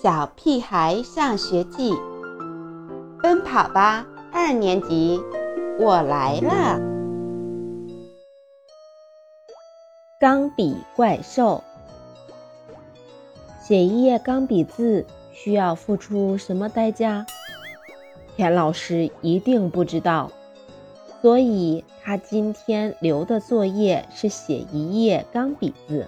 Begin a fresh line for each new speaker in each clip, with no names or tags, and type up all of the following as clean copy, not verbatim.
小屁孩上学记，奔跑吧2年级，我来了。钢笔怪兽。写一页钢笔字需要付出什么代价？田老师一定不知道，所以他今天留的作业是写一页钢笔字。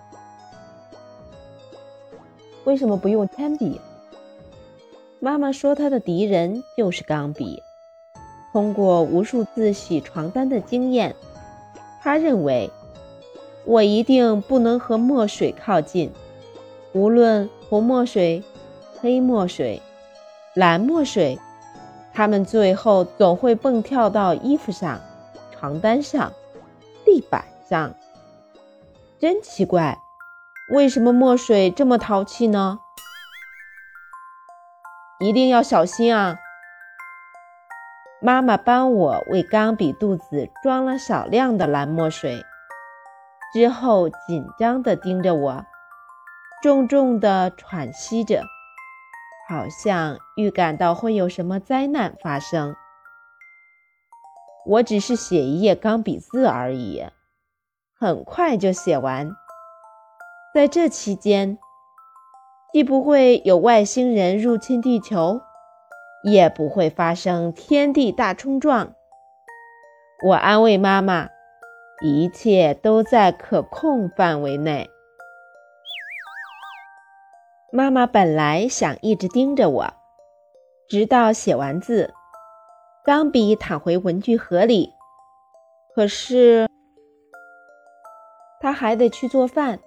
为什么不用铅笔？妈妈说她的敌人就是钢笔。通过无数次洗床单的经验，她认为我一定不能和墨水靠近，无论红墨水、黑墨水、蓝墨水，它们最后总会蹦跳到衣服上、床单上、地板上。真奇怪，为什么墨水这么淘气呢？一定要小心啊！妈妈帮我为钢笔肚子装了少量的蓝墨水，之后紧张地盯着我，重重地喘息着，好像预感到会有什么灾难发生。我只是写一页钢笔字而已，很快就写完。在这期间，既不会有外星人入侵地球，也不会发生天地大冲撞。我安慰妈妈，一切都在可控范围内。妈妈本来想一直盯着我，直到写完字，钢笔躺回文具盒里。可是她还得去做饭。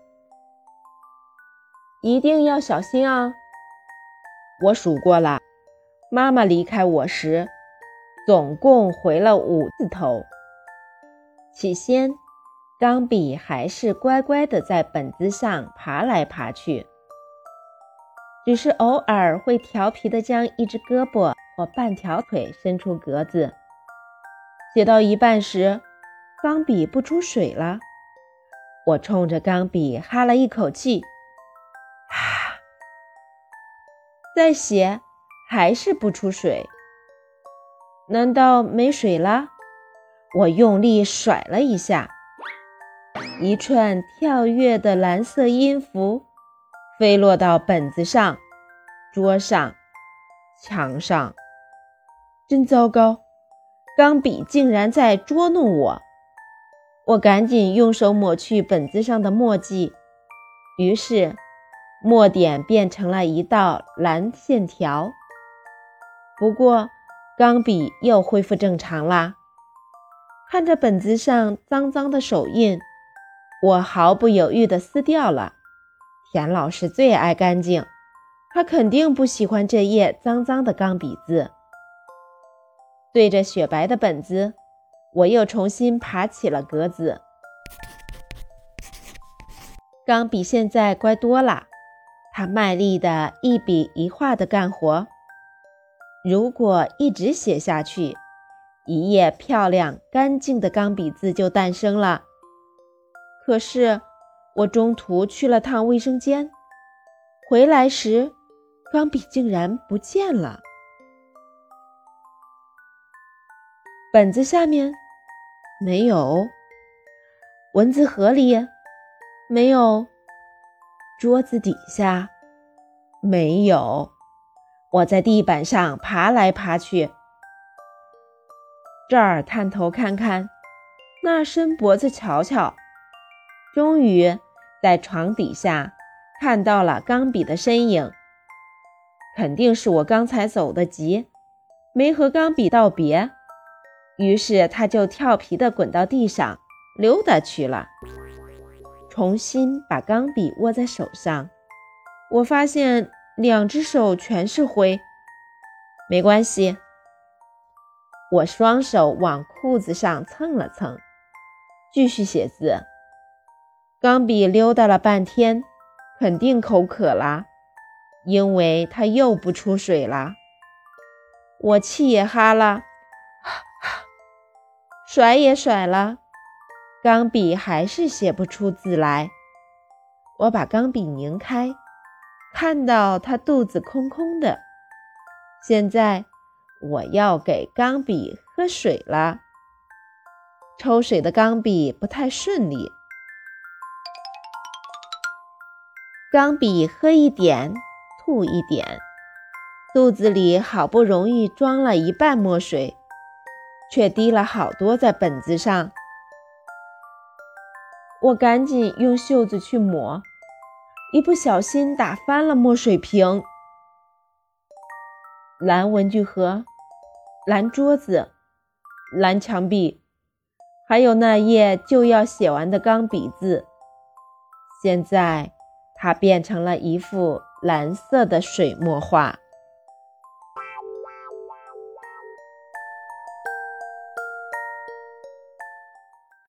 一定要小心啊！我数过了，妈妈离开我时，总共回了5次头。起先，钢笔还是乖乖地在本子上爬来爬去，只是偶尔会调皮地将一只胳膊或半条腿伸出格子。写到一半时，钢笔不出水了，我冲着钢笔哈了一口气，再写还是不出水。难道没水了？我用力甩了一下，一串跳跃的蓝色音符飞落到本子上、桌上、墙上。真糟糕，钢笔竟然在捉弄我！我赶紧用手抹去本子上的墨迹，于是墨点变成了一道蓝线条。不过钢笔又恢复正常啦。看着本子上脏脏的手印，我毫不犹豫地撕掉了。田老师最爱干净，他肯定不喜欢这页脏脏的钢笔字。对着雪白的本子，我又重新爬起了格子。钢笔现在乖多了，他卖力地一笔一画地干活。如果一直写下去，一页漂亮干净的钢笔字就诞生了。可是我中途去了趟卫生间，回来时钢笔竟然不见了。本子下面没有，文字盒里没有，桌子底下没有。我在地板上爬来爬去，这儿探头看看，那儿伸脖子瞧瞧，终于在床底下看到了钢笔的身影。肯定是我刚才走得急，没和钢笔道别，于是他就调皮地滚到地上溜达去了。重新把钢笔握在手上，我发现2只手全是灰。没关系，我双手往裤子上蹭了蹭，继续写字。钢笔溜达了半天，肯定口渴了，因为它又不出水了。我气也哈了，甩也甩了，钢笔还是写不出字来。我把钢笔拧开， 看到他肚子空空的。现在我要给钢笔喝水了。抽水的钢笔不太顺利，钢笔喝一点，吐一点，肚子里好不容易装了一半墨水，却滴了好多在本子上。我赶紧用袖子去抹，一不小心打翻了墨水瓶。蓝文具盒，蓝桌子，蓝墙壁，还有那页就要写完的钢笔字，现在它变成了一幅蓝色的水墨画。